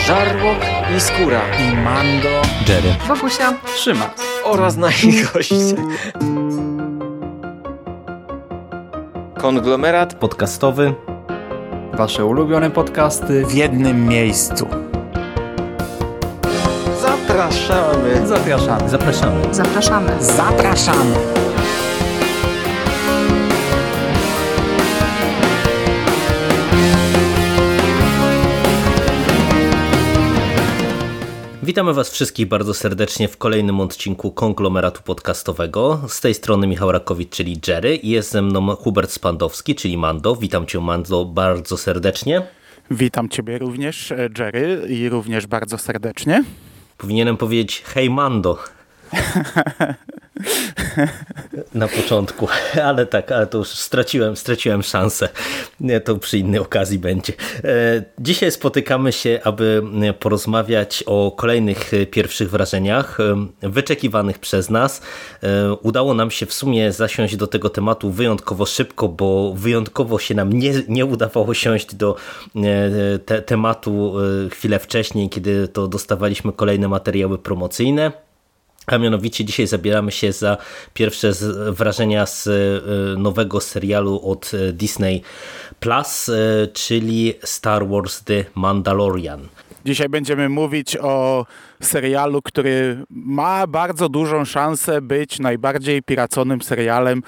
Żarłok i Skóra i Mando, Jerry, Wokusia, Szymas oraz nasi goście. Konglomerat podcastowy. Wasze ulubione podcasty w jednym miejscu. Zapraszamy. Zapraszamy. Zapraszamy. zapraszamy. Zapraszamy. Witamy Was wszystkich bardzo serdecznie w kolejnym odcinku Konglomeratu Podcastowego. Z tej strony Michał Rakowicz, czyli Jerry, i jest ze mną Hubert Spandowski, czyli Mando. Witam Cię, Mando, bardzo serdecznie. Witam Ciebie również, Jerry, i również bardzo serdecznie. Powinienem powiedzieć hej, Mando. Na początku, ale to już straciłem szansę. To przy innej okazji będzie. Dzisiaj spotykamy się, aby porozmawiać o kolejnych pierwszych wrażeniach wyczekiwanych przez nas. Udało nam się w sumie zasiąść do tego tematu wyjątkowo szybko, bo wyjątkowo się nam nie udawało siąść do tematu chwilę wcześniej, kiedy to dostawaliśmy kolejne materiały promocyjne. A mianowicie dzisiaj zabieramy się za pierwsze wrażenia z nowego serialu od Disney Plus, czyli Star Wars The Mandalorian. Dzisiaj będziemy mówić o serialu, który ma bardzo dużą szansę być najbardziej piraconym serialem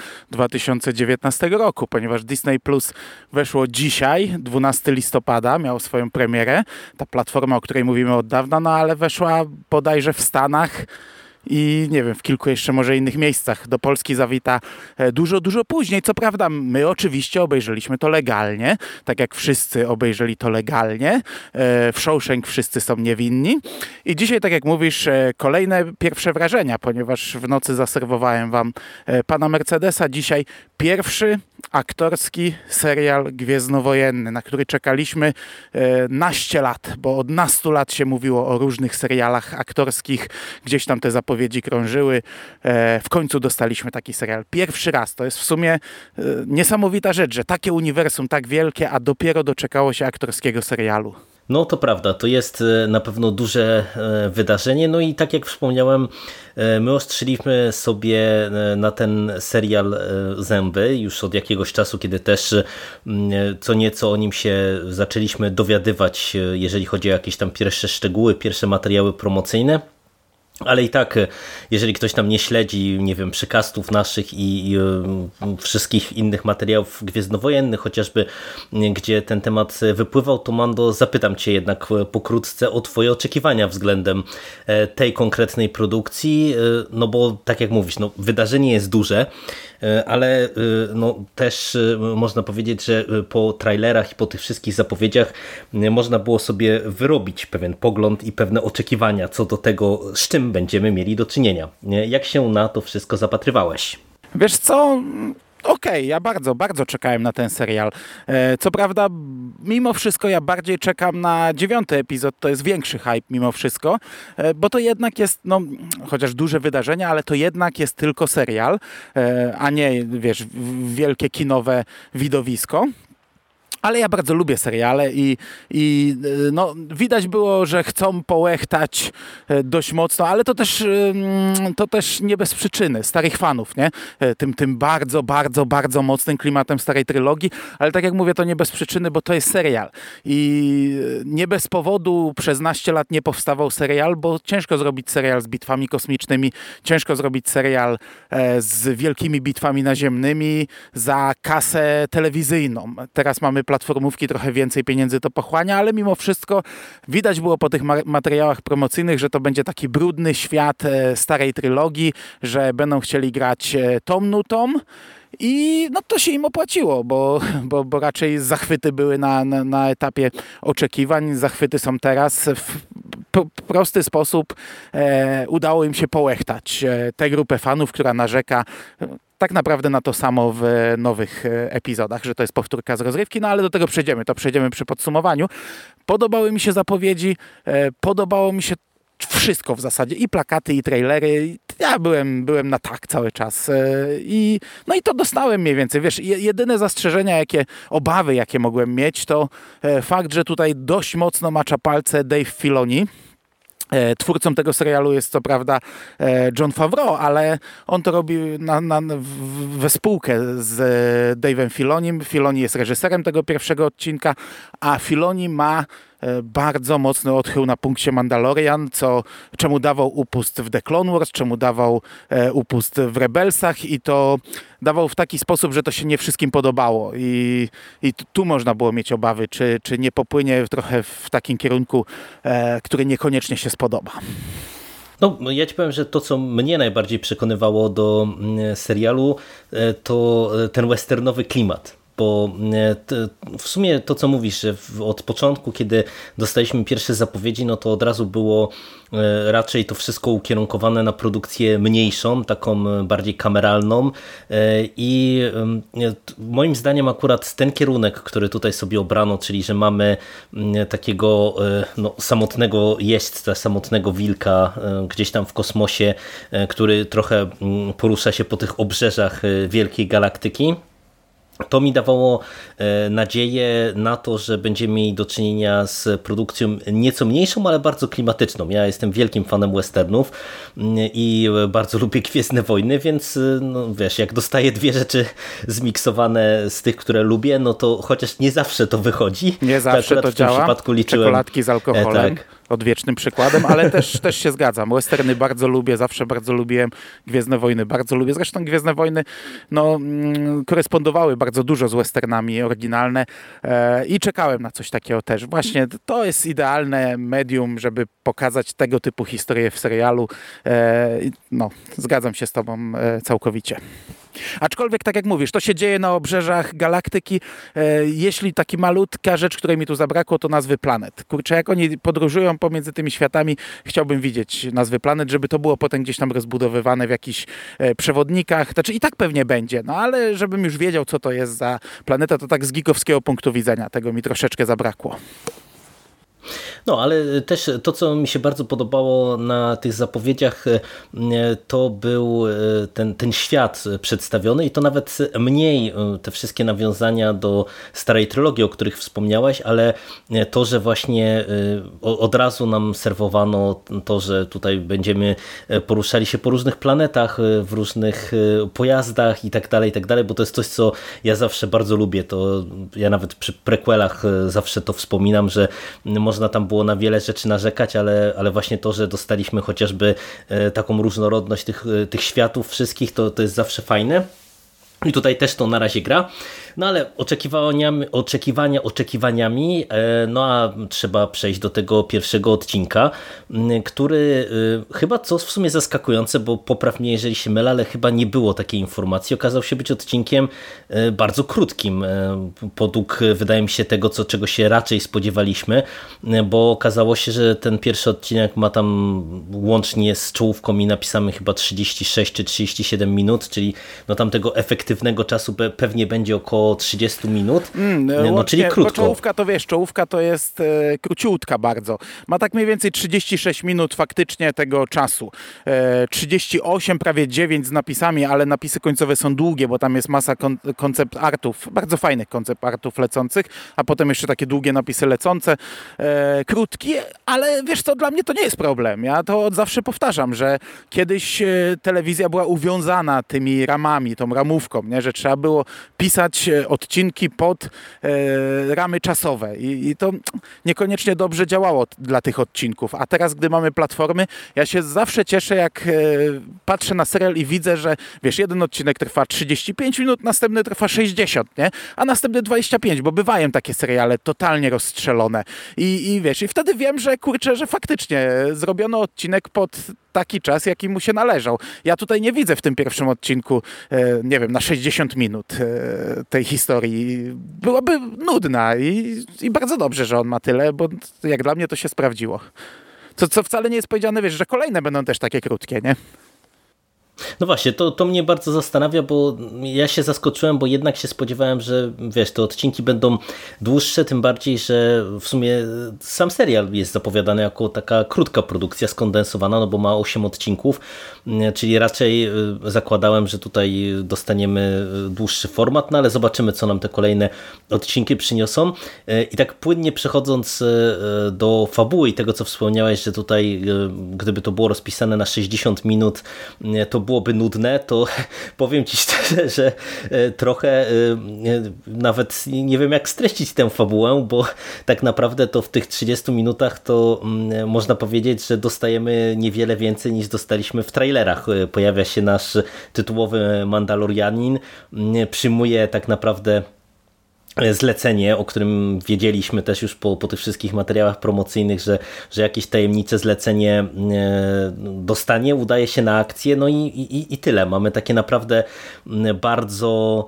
2019 roku, ponieważ Disney Plus weszło dzisiaj, 12 listopada, miało swoją premierę. Ta platforma, o której mówimy od dawna, no ale weszła bodajże w Stanach i nie wiem, w kilku jeszcze może innych miejscach. Do Polski zawita dużo później. Co prawda my oczywiście obejrzeliśmy to legalnie, tak jak wszyscy obejrzeli to legalnie. W Shawshank wszyscy są niewinni. I dzisiaj, tak jak mówisz, kolejne pierwsze wrażenia, ponieważ w nocy zaserwowałem wam Pana Mercedesa. Dzisiaj pierwszy aktorski serial gwiezdnowojenny, na który czekaliśmy naście lat, bo od nastu lat się mówiło o różnych serialach aktorskich, gdzieś tam te zapowiedzi krążyły. W końcu dostaliśmy taki serial. Pierwszy raz. To jest w sumie niesamowita rzecz, że takie uniwersum tak wielkie, a dopiero doczekało się aktorskiego serialu. No to prawda, to jest na pewno duże wydarzenie, no i tak jak wspomniałem, my ostrzyliśmy sobie na ten serial zęby już od jakiegoś czasu, kiedy też co nieco o nim się zaczęliśmy dowiadywać, jeżeli chodzi o jakieś tam pierwsze szczegóły, pierwsze materiały promocyjne. Ale i tak, jeżeli ktoś tam nie śledzi, nie wiem, przekastów naszych i wszystkich innych materiałów gwiezdnowojennych, chociażby gdzie ten temat wypływał, to Mando, zapytam Cię jednak pokrótce o Twoje oczekiwania względem tej konkretnej produkcji, no bo tak jak mówisz, no wydarzenie jest duże, ale no też można powiedzieć, że po trailerach i po tych wszystkich zapowiedziach można było sobie wyrobić pewien pogląd i pewne oczekiwania co do tego, z czym będziemy mieli do czynienia. Jak się na to wszystko zapatrywałeś? Wiesz co? Okej, ja bardzo czekałem na ten serial. Co prawda, mimo wszystko ja bardziej czekam na 9. epizod, to jest większy hype mimo wszystko, bo to jednak jest, no, chociaż duże wydarzenie, ale to jednak jest tylko serial, a nie, wiesz, wielkie kinowe widowisko. Ale ja bardzo lubię seriale i no, widać było, że chcą połechtać dość mocno, ale to też nie bez przyczyny, starych fanów, nie? Tym bardzo mocnym klimatem starej trylogii, ale tak jak mówię, to nie bez przyczyny, bo to jest serial i nie bez powodu przez naście lat nie powstawał serial, bo ciężko zrobić serial z bitwami kosmicznymi, ciężko zrobić serial z wielkimi bitwami naziemnymi za kasę telewizyjną. Teraz mamy platformówki, trochę więcej pieniędzy to pochłania, ale mimo wszystko widać było po tych materiałach promocyjnych, że to będzie taki brudny świat starej trylogii, że będą chcieli grać tom nutą. I no to się im opłaciło, bo raczej zachwyty były na etapie oczekiwań. Zachwyty są teraz. W prosty sposób udało im się połechtać tę grupę fanów, która narzeka tak naprawdę na to samo w nowych epizodach, że to jest powtórka z rozrywki, no ale do tego przejdziemy. To przejdziemy przy podsumowaniu. Podobały mi się zapowiedzi, podobało mi się wszystko w zasadzie, i plakaty, i trailery. Ja byłem na tak cały czas. No i to dostałem mniej więcej. Wiesz, jedyne zastrzeżenia, obawy, jakie mogłem mieć, to fakt, że tutaj dość mocno macza palce Dave Filoni. Twórcą tego serialu jest co prawda Jon Favreau, ale on to robi we spółkę z Dave'em Filonim. Filoni jest reżyserem tego pierwszego odcinka, a Filoni ma bardzo mocny odchył na punkcie Mandalorian, czemu dawał upust w The Clone Wars, czemu dawał upust w Rebelsach, i to dawał w taki sposób, że to się nie wszystkim podobało. I tu można było mieć obawy, czy nie popłynie trochę w takim kierunku, który niekoniecznie się spodoba. No, ja ci powiem, że to, co mnie najbardziej przekonywało do serialu, to ten westernowy klimat. Bo w sumie to, co mówisz, że od początku, kiedy dostaliśmy pierwsze zapowiedzi, no to od razu było raczej to wszystko ukierunkowane na produkcję mniejszą, taką bardziej kameralną, i moim zdaniem akurat ten kierunek, który tutaj sobie obrano, czyli że mamy takiego samotnego jeźdźca, samotnego wilka gdzieś tam w kosmosie, który trochę porusza się po tych obrzeżach wielkiej galaktyki, to mi dawało nadzieję na to, że będziemy mieli do czynienia z produkcją nieco mniejszą, ale bardzo klimatyczną. Ja jestem wielkim fanem westernów i bardzo lubię Gwiezdne Wojny, więc no wiesz, jak dostaję dwie rzeczy zmiksowane z tych, które lubię, no to chociaż nie zawsze to wychodzi. Nie zawsze to działa. W przypadku liczyłem czekoladki z alkoholem. Tak. Odwiecznym przykładem, ale też się zgadzam. Westerny bardzo lubię, zawsze bardzo lubiłem. Gwiezdne Wojny bardzo lubię. Zresztą Gwiezdne Wojny korespondowały bardzo dużo z westernami oryginalne i czekałem na coś takiego też. Właśnie to jest idealne medium, żeby pokazać tego typu historie w serialu. Zgadzam się z tobą całkowicie. Aczkolwiek, tak jak mówisz, to się dzieje na obrzeżach galaktyki. Jeśli taki malutka rzecz, której mi tu zabrakło, to nazwy planet. Kurczę, jak oni podróżują pomiędzy tymi światami, chciałbym widzieć nazwy planet, żeby to było potem gdzieś tam rozbudowywane w jakichś przewodnikach. Znaczy i tak pewnie będzie, no ale żebym już wiedział, co to jest za planeta, to tak z geekowskiego punktu widzenia. Tego mi troszeczkę zabrakło. No, ale też to, co mi się bardzo podobało na tych zapowiedziach, to był ten świat przedstawiony i to nawet mniej te wszystkie nawiązania do starej trylogii, o których wspomniałaś, ale to, że właśnie od razu nam serwowano to, że tutaj będziemy poruszali się po różnych planetach, w różnych pojazdach i tak dalej, bo to jest coś, co ja zawsze bardzo lubię. To ja nawet przy prequelach zawsze to wspominam, że można tam było na wiele rzeczy narzekać, ale właśnie to, że dostaliśmy chociażby taką różnorodność tych światów wszystkich, to jest zawsze fajne. I tutaj też to na razie gra. No ale oczekiwaniami, no a trzeba przejść do tego pierwszego odcinka, który chyba, co w sumie zaskakujące, bo popraw mnie, jeżeli się mylę, ale chyba nie było takiej informacji, okazał się być odcinkiem bardzo krótkim, podług, wydaje mi się, tego, czego się raczej spodziewaliśmy, bo okazało się, że ten pierwszy odcinek ma tam łącznie z czołówką i napisami chyba 36 czy 37 minut, czyli no tam tego efektywnego czasu pewnie będzie około 30 minut, czyli krótko. Czołówka to jest króciutka bardzo. Ma tak mniej więcej 36 minut faktycznie tego czasu. 38, prawie 9 z napisami, ale napisy końcowe są długie, bo tam jest masa koncept artów, bardzo fajnych koncept artów lecących, a potem jeszcze takie długie napisy lecące. Krótki, ale wiesz co, dla mnie to nie jest problem. Ja to od zawsze powtarzam, że kiedyś telewizja była uwiązana tymi ramami, tą ramówką, nie? Że trzeba było pisać odcinki pod ramy czasowe i to niekoniecznie dobrze działało dla tych odcinków. A teraz, gdy mamy platformy, ja się zawsze cieszę, jak patrzę na serial i widzę, że wiesz, jeden odcinek trwa 35 minut, następny trwa 60, nie? A następny 25, bo bywają takie seriale totalnie rozstrzelone. I wiesz, i wtedy wiem, że kurczę, że faktycznie zrobiono odcinek pod taki czas, jaki mu się należał. Ja tutaj nie widzę w tym pierwszym odcinku, nie wiem, na 60 minut tej historii. Byłaby nudna i bardzo dobrze, że on ma tyle, bo jak dla mnie to się sprawdziło. Co wcale nie jest powiedziane, wiesz, że kolejne będą też takie krótkie, nie? No właśnie, to mnie bardzo zastanawia, bo ja się zaskoczyłem, bo jednak się spodziewałem, że wiesz, te odcinki będą dłuższe, tym bardziej, że w sumie sam serial jest zapowiadany jako taka krótka produkcja, skondensowana, no bo ma 8 odcinków, czyli raczej zakładałem, że tutaj dostaniemy dłuższy format, no ale zobaczymy, co nam te kolejne odcinki przyniosą. I tak płynnie przechodząc do fabuły i tego, co wspomniałeś, że tutaj gdyby to było rozpisane na 60 minut, to byłoby nudne, to powiem ci szczerze, że trochę nawet nie wiem, jak streścić tę fabułę, bo tak naprawdę to w tych 30 minutach to można powiedzieć, że dostajemy niewiele więcej niż dostaliśmy w trailerach. Pojawia się nasz tytułowy Mandalorianin, przyjmuje tak naprawdę zlecenie, o którym wiedzieliśmy też już po tych wszystkich materiałach promocyjnych, że jakieś tajemnicze zlecenie dostanie, udaje się na akcję, no i tyle. Mamy takie naprawdę bardzo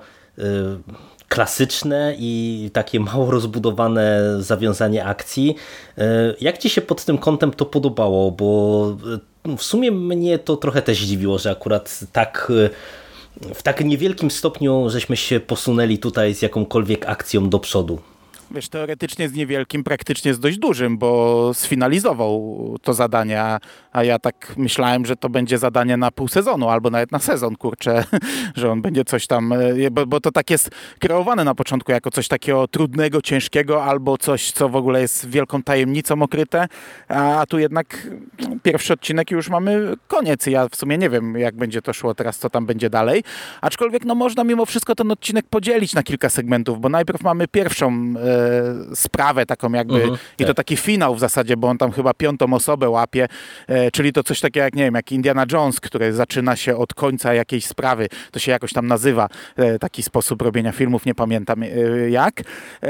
klasyczne i takie mało rozbudowane zawiązanie akcji. Jak ci się pod tym kątem to podobało? Bo w sumie mnie to trochę też zdziwiło, że akurat tak w tak niewielkim stopniu żeśmy się posunęli tutaj z jakąkolwiek akcją do przodu. Wiesz, teoretycznie z niewielkim, praktycznie z dość dużym, bo sfinalizował to zadanie, a ja tak myślałem, że to będzie zadanie na pół sezonu, albo nawet na sezon, kurczę, że on będzie coś tam, bo to tak jest kreowane na początku jako coś takiego trudnego, ciężkiego, albo coś, co w ogóle jest wielką tajemnicą okryte, a tu jednak pierwszy odcinek i już mamy koniec. Ja w sumie nie wiem, jak będzie to szło teraz, co tam będzie dalej, aczkolwiek no można mimo wszystko ten odcinek podzielić na kilka segmentów, bo najpierw mamy pierwszą sprawę taką jakby i to taki finał w zasadzie, bo on tam chyba 5. osobę łapie, czyli to coś takiego jak, nie wiem, jak Indiana Jones, który zaczyna się od końca jakiejś sprawy, to się jakoś tam nazywa, taki sposób robienia filmów, nie pamiętam jak.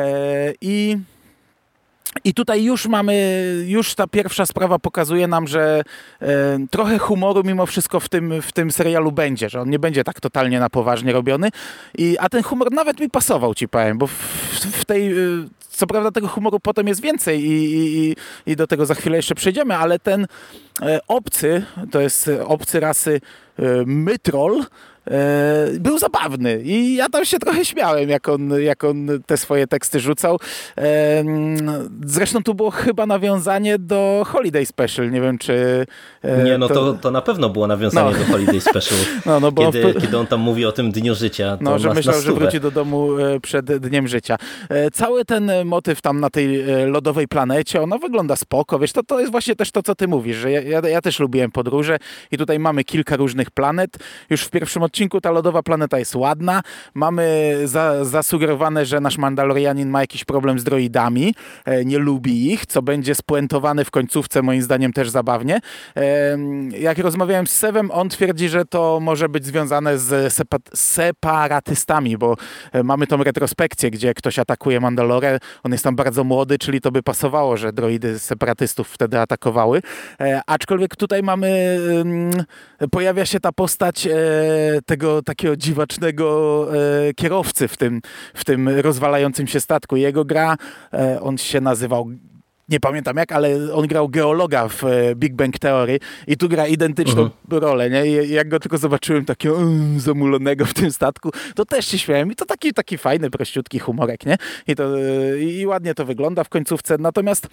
I tutaj już ta pierwsza sprawa pokazuje nam, że trochę humoru mimo wszystko w tym serialu będzie, że on nie będzie tak totalnie na poważnie robiony, a ten humor nawet mi pasował, ci powiem, bo w tej... Co prawda tego humoru potem jest więcej i do tego za chwilę jeszcze przejdziemy, ale ten obcy, to jest obcy rasy Mytrol, był zabawny i ja tam się trochę śmiałem, jak on te swoje teksty rzucał. Zresztą tu było chyba nawiązanie do Holiday Special, nie wiem czy... Nie, no to na pewno było nawiązanie do Holiday Special, kiedy on tam mówi o tym dniu życia. To że myślał, że wróci do domu przed dniem życia. Cały ten motyw tam na tej lodowej planecie, ona wygląda spoko, wiesz, to jest właśnie też to, co ty mówisz, że ja też lubiłem podróże i tutaj mamy kilka różnych planet. Już w pierwszym odcinku ta lodowa planeta jest ładna. Mamy zasugerowane, że nasz Mandalorianin ma jakiś problem z droidami, nie lubi ich, co będzie spuentowane w końcówce, moim zdaniem też zabawnie. Jak rozmawiałem z Sewem, on twierdzi, że to może być związane z separatystami, bo mamy tą retrospekcję, gdzie ktoś atakuje Mandalorę, on jest tam bardzo młody, czyli to by pasowało, że droidy separatystów wtedy atakowały. Aczkolwiek tutaj pojawia się ta postać tego takiego dziwacznego kierowcy w tym rozwalającym się statku. Jego gra, on się nazywał, nie pamiętam jak, ale on grał geologa w Big Bang Theory i tu gra identyczną rolę, nie? I jak go tylko zobaczyłem takiego zamulonego w tym statku, to też się śmiałem i to taki fajny, prościutki humorek, nie? I ładnie to wygląda w końcówce. Natomiast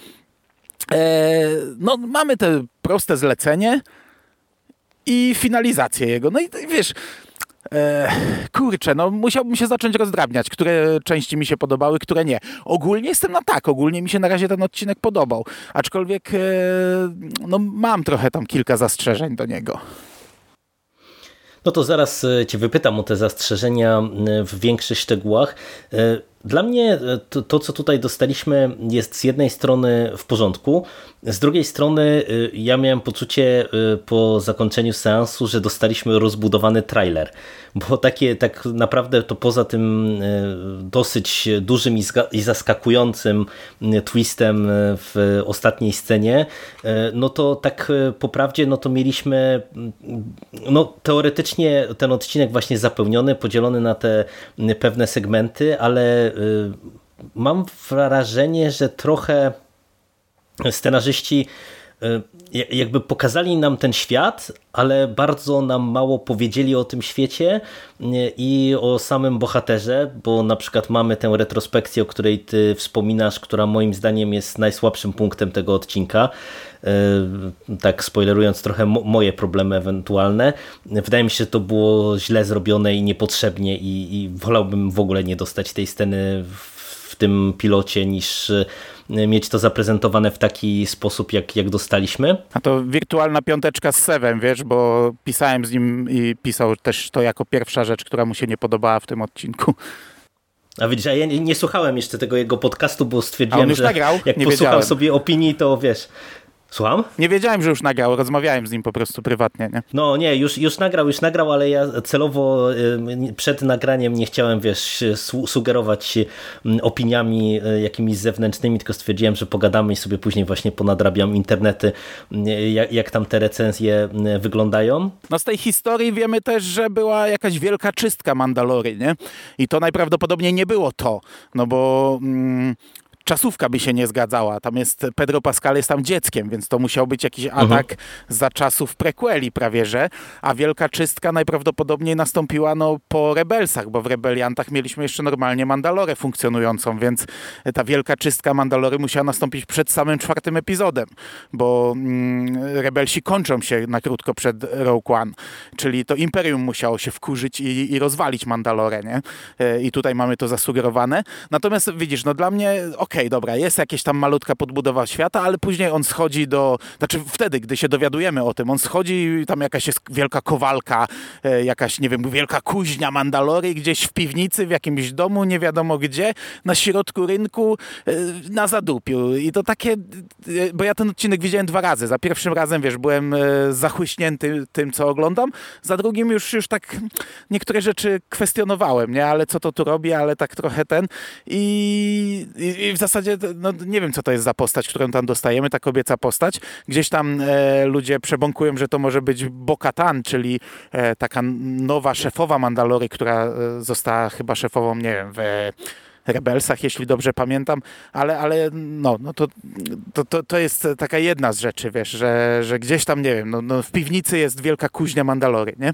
mamy te proste zlecenie i finalizację jego. No i wiesz, kurczę, musiałbym się zacząć rozdrabniać, które części mi się podobały, które nie. Ogólnie jestem na tak, ogólnie mi się na razie ten odcinek podobał, aczkolwiek mam trochę tam kilka zastrzeżeń do niego. No to zaraz cię wypytam o te zastrzeżenia w większych szczegółach. Dla mnie to, co tutaj dostaliśmy, jest z jednej strony w porządku, z drugiej strony ja miałem poczucie po zakończeniu seansu, że dostaliśmy rozbudowany trailer, bo tak naprawdę to poza tym dosyć dużym i zaskakującym twistem w ostatniej scenie, no to tak po prawdzie, no to mieliśmy teoretycznie ten odcinek właśnie zapełniony, podzielony na te pewne segmenty, ale mam wrażenie, że trochę scenarzyści jakby pokazali nam ten świat, ale bardzo nam mało powiedzieli o tym świecie i o samym bohaterze, bo na przykład mamy tę retrospekcję, o której ty wspominasz, która moim zdaniem jest najsłabszym punktem tego odcinka. Tak spoilerując trochę moje problemy ewentualne. Wydaje mi się, że to było źle zrobione i niepotrzebnie i wolałbym w ogóle nie dostać tej sceny w tym pilocie, niż mieć to zaprezentowane w taki sposób, jak dostaliśmy. A to wirtualna piąteczka z Sevem, wiesz, bo pisałem z nim i pisał też to jako pierwsza rzecz, która mu się nie podobała w tym odcinku. A widzisz, a ja nie słuchałem jeszcze tego jego podcastu, bo stwierdziłem, że nagrał? jak nie posłucham wiedziałem. sobie opinii, to wiesz... Słucham? Nie wiedziałem, że już nagrał, rozmawiałem z nim po prostu prywatnie, nie? No nie, już nagrał, ale ja celowo przed nagraniem nie chciałem, wiesz, sugerować opiniami jakimiś zewnętrznymi, tylko stwierdziłem, że pogadamy i sobie później właśnie ponadrabiam internety, jak tam te recenzje wyglądają. No z tej historii wiemy też, że była jakaś wielka czystka Mandalory, nie? I to najprawdopodobniej nie było to, no bo... czasówka by się nie zgadzała. Tam jest, Pedro Pascal jest tam dzieckiem, więc to musiał być jakiś atak za czasów prequeli prawie, że. A wielka czystka najprawdopodobniej nastąpiła po Rebelsach, bo w Rebeliantach mieliśmy jeszcze normalnie Mandalorę funkcjonującą, więc ta wielka czystka Mandalory musiała nastąpić przed samym 4. epizodem, bo Rebelsi kończą się na krótko przed Rogue One, czyli to Imperium musiało się wkurzyć i rozwalić Mandalorę, nie? I tutaj mamy to zasugerowane. Natomiast widzisz, no dla mnie dobra, jest jakieś tam malutka podbudowa świata, ale później on schodzi znaczy wtedy, gdy się dowiadujemy o tym, on schodzi, tam jakaś jest wielka kowalka, jakaś, nie wiem, wielka kuźnia Mandalory gdzieś w piwnicy, w jakimś domu, nie wiadomo gdzie, na środku rynku, na zadupiu. I to takie, bo ja ten odcinek widziałem 2 razy. Za pierwszym razem, wiesz, byłem zachłyśnięty tym, co oglądam, za drugim już tak niektóre rzeczy kwestionowałem, nie? Ale co to tu robi, ale tak trochę i w zasadzie no, nie wiem, co to jest za postać, którą tam dostajemy, ta kobieca postać. Gdzieś tam ludzie przebąkują, że to może być Bo-Katan, czyli taka nowa szefowa Mandalory, która została chyba szefową, nie wiem, w Rebelsach, jeśli dobrze pamiętam, ale to jest taka jedna z rzeczy, wiesz, że gdzieś tam, nie wiem, w piwnicy jest wielka kuźnia Mandalory, nie?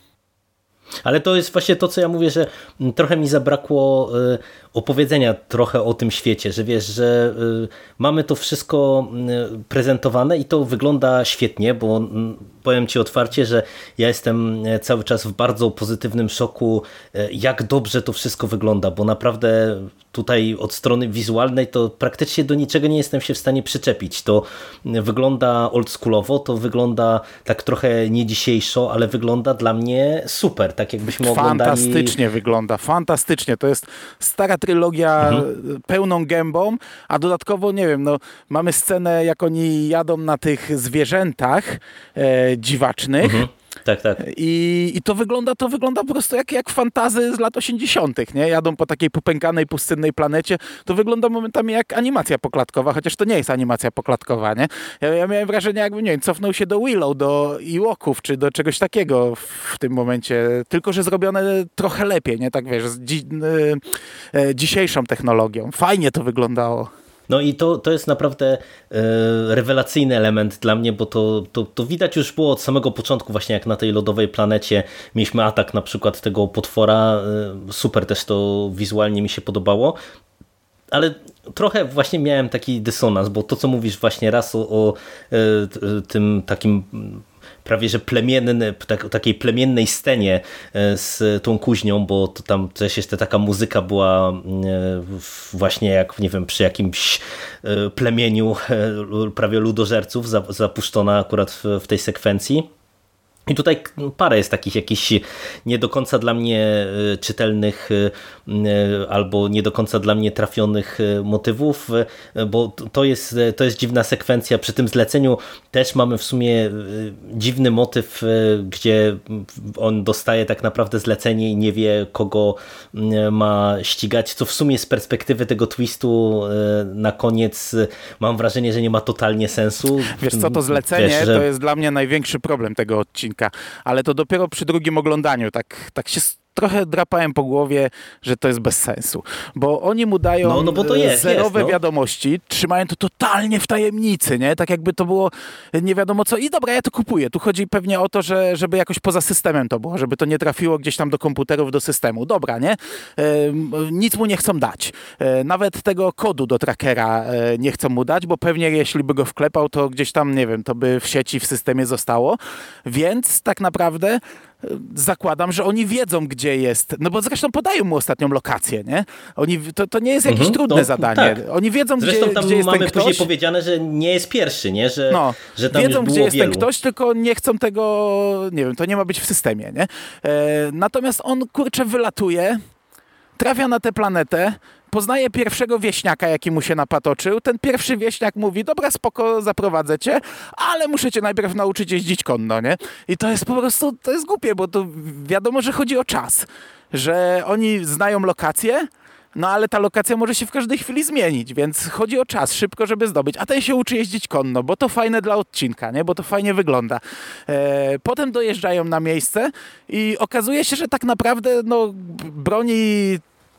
Ale to jest właśnie to, co ja mówię, że trochę mi zabrakło opowiedzenia trochę o tym świecie, że wiesz, że mamy to wszystko prezentowane i to wygląda świetnie, bo powiem ci otwarcie, że ja jestem cały czas w bardzo pozytywnym szoku, jak dobrze to wszystko wygląda, bo naprawdę tutaj od strony wizualnej to praktycznie do niczego nie jestem się w stanie przyczepić. To wygląda oldschoolowo, to wygląda tak trochę nie dzisiejszo, ale wygląda dla mnie super, tak jakbyśmy oglądali... Fantastycznie wygląda, fantastycznie. To jest stara trylogia pełną gębą, a dodatkowo, nie wiem, mamy scenę, jak oni jadą na tych zwierzętach dziwacznych. Tak. I to wygląda po prostu jak fantazy z lat 80., nie? Jadą po takiej popękanej, pustynnej planecie. To wygląda momentami jak animacja poklatkowa, chociaż to nie jest animacja poklatkowa, nie? Ja miałem wrażenie, jakby, nie wiem, cofnął się do Willow, do Ewoków, czy do czegoś takiego w tym momencie. Tylko że zrobione trochę lepiej, nie? Tak wiesz, z dzisiejszą technologią. Fajnie to wyglądało. No i to jest naprawdę rewelacyjny element dla mnie, bo to widać już było od samego początku, właśnie jak na tej lodowej planecie mieliśmy atak na przykład tego potwora, super też to wizualnie mi się podobało, ale trochę właśnie miałem taki dysonans, bo to co mówisz właśnie raz o tym takim prawie że takiej plemiennej scenie z tą kuźnią, bo to tam też jeszcze taka muzyka była właśnie jak, nie wiem, przy jakimś plemieniu prawie ludożerców zapuszczona akurat w tej sekwencji. I tutaj parę jest takich jakichś nie do końca dla mnie czytelnych albo nie do końca dla mnie trafionych motywów, bo to jest dziwna sekwencja. Przy tym zleceniu też mamy w sumie dziwny motyw, gdzie on dostaje tak naprawdę zlecenie i nie wie, kogo ma ścigać, co w sumie z perspektywy tego twistu na koniec mam wrażenie, że nie ma totalnie sensu. Wiesz co, to zlecenie to jest dla mnie największy problem tego odcinka, ale to dopiero przy drugim oglądaniu tak się trochę drapałem po głowie, że to jest bez sensu. Bo oni mu dają no bo to zerowe wiadomości, trzymają to totalnie w tajemnicy, nie? Tak jakby to było nie wiadomo co. I dobra, ja to kupuję. Tu chodzi pewnie o to, żeby jakoś poza systemem to było, żeby to nie trafiło gdzieś tam do komputerów, do systemu. Dobra, nie? Nic mu nie chcą dać. Nawet tego kodu do trackera nie chcą mu dać, bo pewnie jeśli by go wklepał, to gdzieś tam, nie wiem, to by w sieci, w systemie zostało. Więc tak naprawdę zakładam, że oni wiedzą, gdzie jest. No bo zresztą podają mu ostatnią lokację, nie? To nie jest jakieś trudne zadanie. Tak. Oni wiedzą, zresztą tam gdzie jest mamy ten ktoś. później powiedziane, że nie jest pierwszy, nie? Że tam wiedzą, już było gdzie jest wielu. ten ktoś, tylko nie chcą tego, nie wiem, to nie ma być w systemie, nie? Natomiast on, kurczę, wylatuje, trafia na tę planetę, poznaje pierwszego wieśniaka, jaki mu się napatoczył. Ten pierwszy wieśniak mówi, dobra, spoko, zaprowadzę cię, ale muszę cię najpierw nauczyć jeździć konno, nie? I to jest po prostu, to jest głupie, bo to wiadomo, że chodzi o czas. Że oni znają lokację, no ale ta lokacja może się w każdej chwili zmienić, więc chodzi o czas, szybko, żeby zdobyć. A ten się uczy jeździć konno, bo to fajne dla odcinka, nie? Bo to fajnie wygląda. Potem dojeżdżają na miejsce i okazuje się, że tak naprawdę broni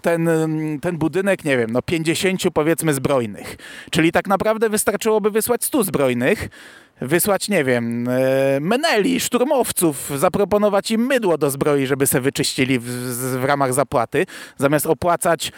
ten budynek, nie wiem, 50 powiedzmy zbrojnych. Czyli tak naprawdę wystarczyłoby wysłać 100 zbrojnych, wysłać, nie wiem, meneli, szturmowców, zaproponować im mydło do zbroi, żeby se wyczyścili w ramach zapłaty, zamiast opłacać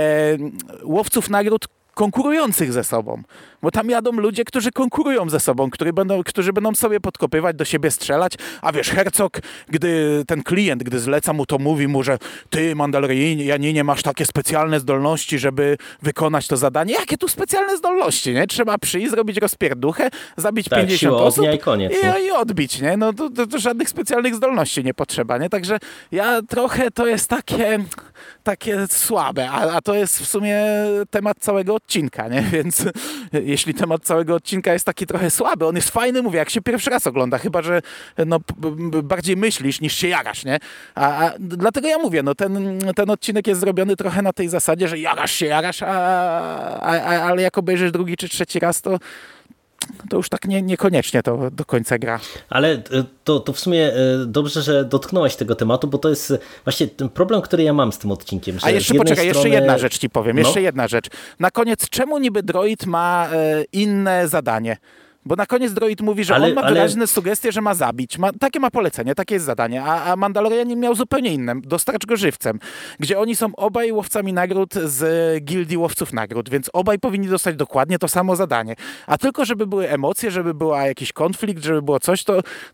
łowców nagród konkurujących ze sobą. Bo tam jadą ludzie, którzy konkurują ze sobą, którzy będą sobie podkopywać, do siebie strzelać, a wiesz, Hercog, gdy ten klient, gdy zleca mu to, mówi mu, że ty, Mandalorianinie, masz takie specjalne zdolności, żeby wykonać to zadanie. Jakie tu specjalne zdolności, nie? Trzeba przyjść, zrobić rozpierduchę, zabić 50 osób ognia i koniec, i odbić, nie? No to żadnych specjalnych zdolności nie potrzeba, nie? Także trochę to jest takie słabe, a to jest w sumie temat całego odcinka, nie? Więc jeśli temat całego odcinka jest taki trochę słaby, on jest fajny, mówię, jak się pierwszy raz ogląda, chyba że bardziej myślisz niż się jarasz, nie? A dlatego ja mówię, ten odcinek jest zrobiony trochę na tej zasadzie, że jarasz, ale jak obejrzysz drugi czy trzeci raz, to już tak niekoniecznie to do końca gra. Ale to w sumie dobrze, że dotknąłeś tego tematu, bo to jest właśnie ten problem, który ja mam z tym odcinkiem. Że a jeszcze poczekaj, jeszcze jedna rzecz ci powiem, jeszcze jedna rzecz. Na koniec, czemu niby droid ma inne zadanie? Bo na koniec droid mówi, że on ma wyraźne sugestie, że ma zabić. Takie ma polecenie, takie jest zadanie. A Mandalorianin miał zupełnie inne. Dostarcz go żywcem. Gdzie oni są obaj łowcami nagród z gildii łowców nagród. Więc obaj powinni dostać dokładnie to samo zadanie. A tylko żeby były emocje, żeby był jakiś konflikt, żeby było coś,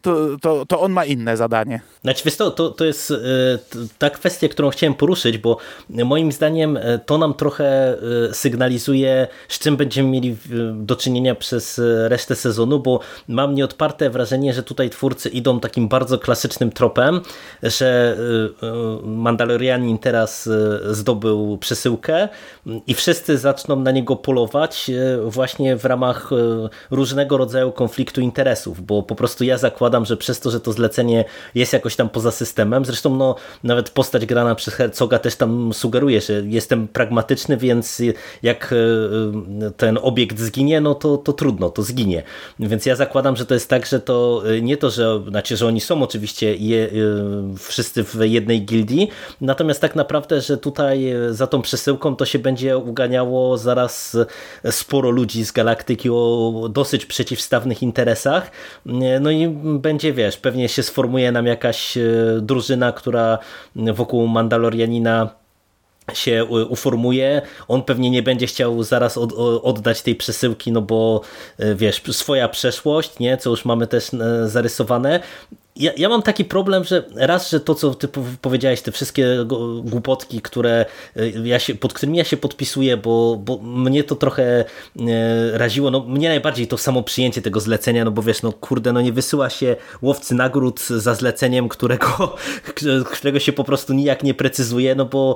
to on ma inne zadanie. Znaczy wiesz to jest ta kwestia, którą chciałem poruszyć, bo moim zdaniem to nam trochę sygnalizuje, z czym będziemy mieli do czynienia przez resztę sezonu, bo mam nieodparte wrażenie, że tutaj twórcy idą takim bardzo klasycznym tropem, że Mandalorianin teraz zdobył przesyłkę i wszyscy zaczną na niego polować właśnie w ramach różnego rodzaju konfliktu interesów, bo po prostu ja zakładam, że przez to, że to zlecenie jest jakoś tam poza systemem, zresztą nawet postać grana przez Hercoga też tam sugeruje, że jestem pragmatyczny, więc jak ten obiekt zginie, to trudno, to zginie. Więc ja zakładam, że to jest tak, że to nie to, że oni są oczywiście wszyscy w jednej gildii, natomiast tak naprawdę, że tutaj za tą przesyłką to się będzie uganiało zaraz sporo ludzi z galaktyki o dosyć przeciwstawnych interesach. No i będzie, pewnie się sformuje nam jakaś drużyna, która wokół Mandalorianina się uformuje, on pewnie nie będzie chciał zaraz oddać tej przesyłki, no bo swoja przeszłość, nie, co już mamy też zarysowane. Ja mam taki problem, że to, co ty powiedziałeś, te wszystkie głupotki, pod którymi ja się podpisuję, bo mnie to trochę raziło, mnie najbardziej to samo przyjęcie tego zlecenia, no bo nie wysyła się łowcy nagród za zleceniem, którego się po prostu nijak nie precyzuje,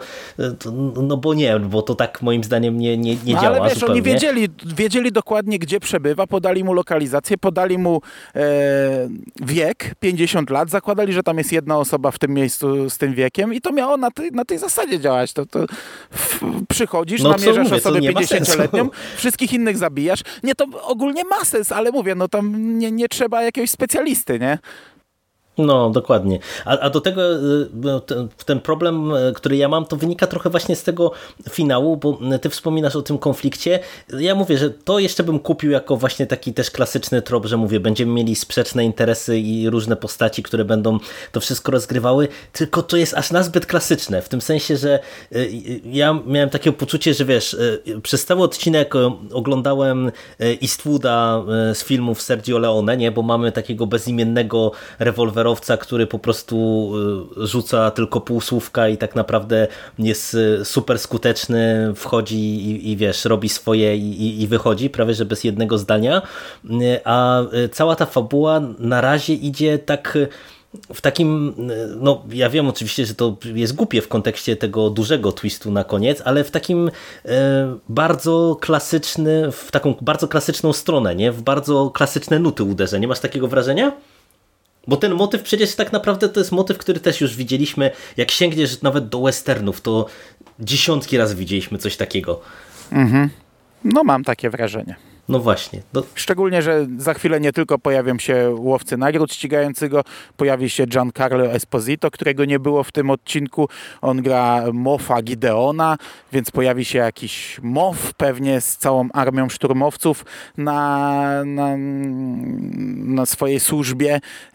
bo to tak moim zdaniem nie działa. Ale zupełnie. Oni wiedzieli dokładnie, gdzie przebywa, podali mu lokalizację, podali mu wiek, 50 lat, zakładali, że tam jest jedna osoba w tym miejscu z tym wiekiem i to miało na tej zasadzie działać. Przychodzisz, namierzasz osobę 50-letnią, wszystkich innych zabijasz. Nie, to ogólnie ma sens, ale mówię, tam nie trzeba jakiegoś specjalisty, nie? No, dokładnie. A do tego ten problem, który ja mam, to wynika trochę właśnie z tego finału, bo ty wspominasz o tym konflikcie. Ja mówię, że to jeszcze bym kupił jako właśnie taki też klasyczny trop, że mówię, będziemy mieli sprzeczne interesy i różne postaci, które będą to wszystko rozgrywały, tylko to jest aż nazbyt klasyczne, w tym sensie, że ja miałem takie poczucie, że wiesz, przez cały odcinek oglądałem Eastwooda z filmów Sergio Leone, nie, bo mamy takiego bezimiennego rewolwerowca, który po prostu rzuca tylko półsłówka i tak naprawdę jest super skuteczny, wchodzi i wiesz, robi swoje i wychodzi, prawie że bez jednego zdania, a cała ta fabuła na razie idzie tak w takim, no ja wiem oczywiście, że to jest głupie w kontekście tego dużego twistu na koniec, ale w takim bardzo klasyczny, w taką bardzo klasyczną stronę, nie? W bardzo klasyczne nuty uderza. Nie masz takiego wrażenia? Bo ten motyw przecież tak naprawdę to jest motyw, który też już widzieliśmy. Jak sięgniesz nawet do westernów, to dziesiątki razy widzieliśmy coś takiego. No mam takie wrażenie. No właśnie. Szczególnie, że za chwilę nie tylko pojawią się łowcy nagród ścigającego, pojawi się Giancarlo Esposito, którego nie było w tym odcinku. On gra Moffa Gideona, więc pojawi się jakiś Moff, pewnie z całą armią szturmowców na swojej służbie.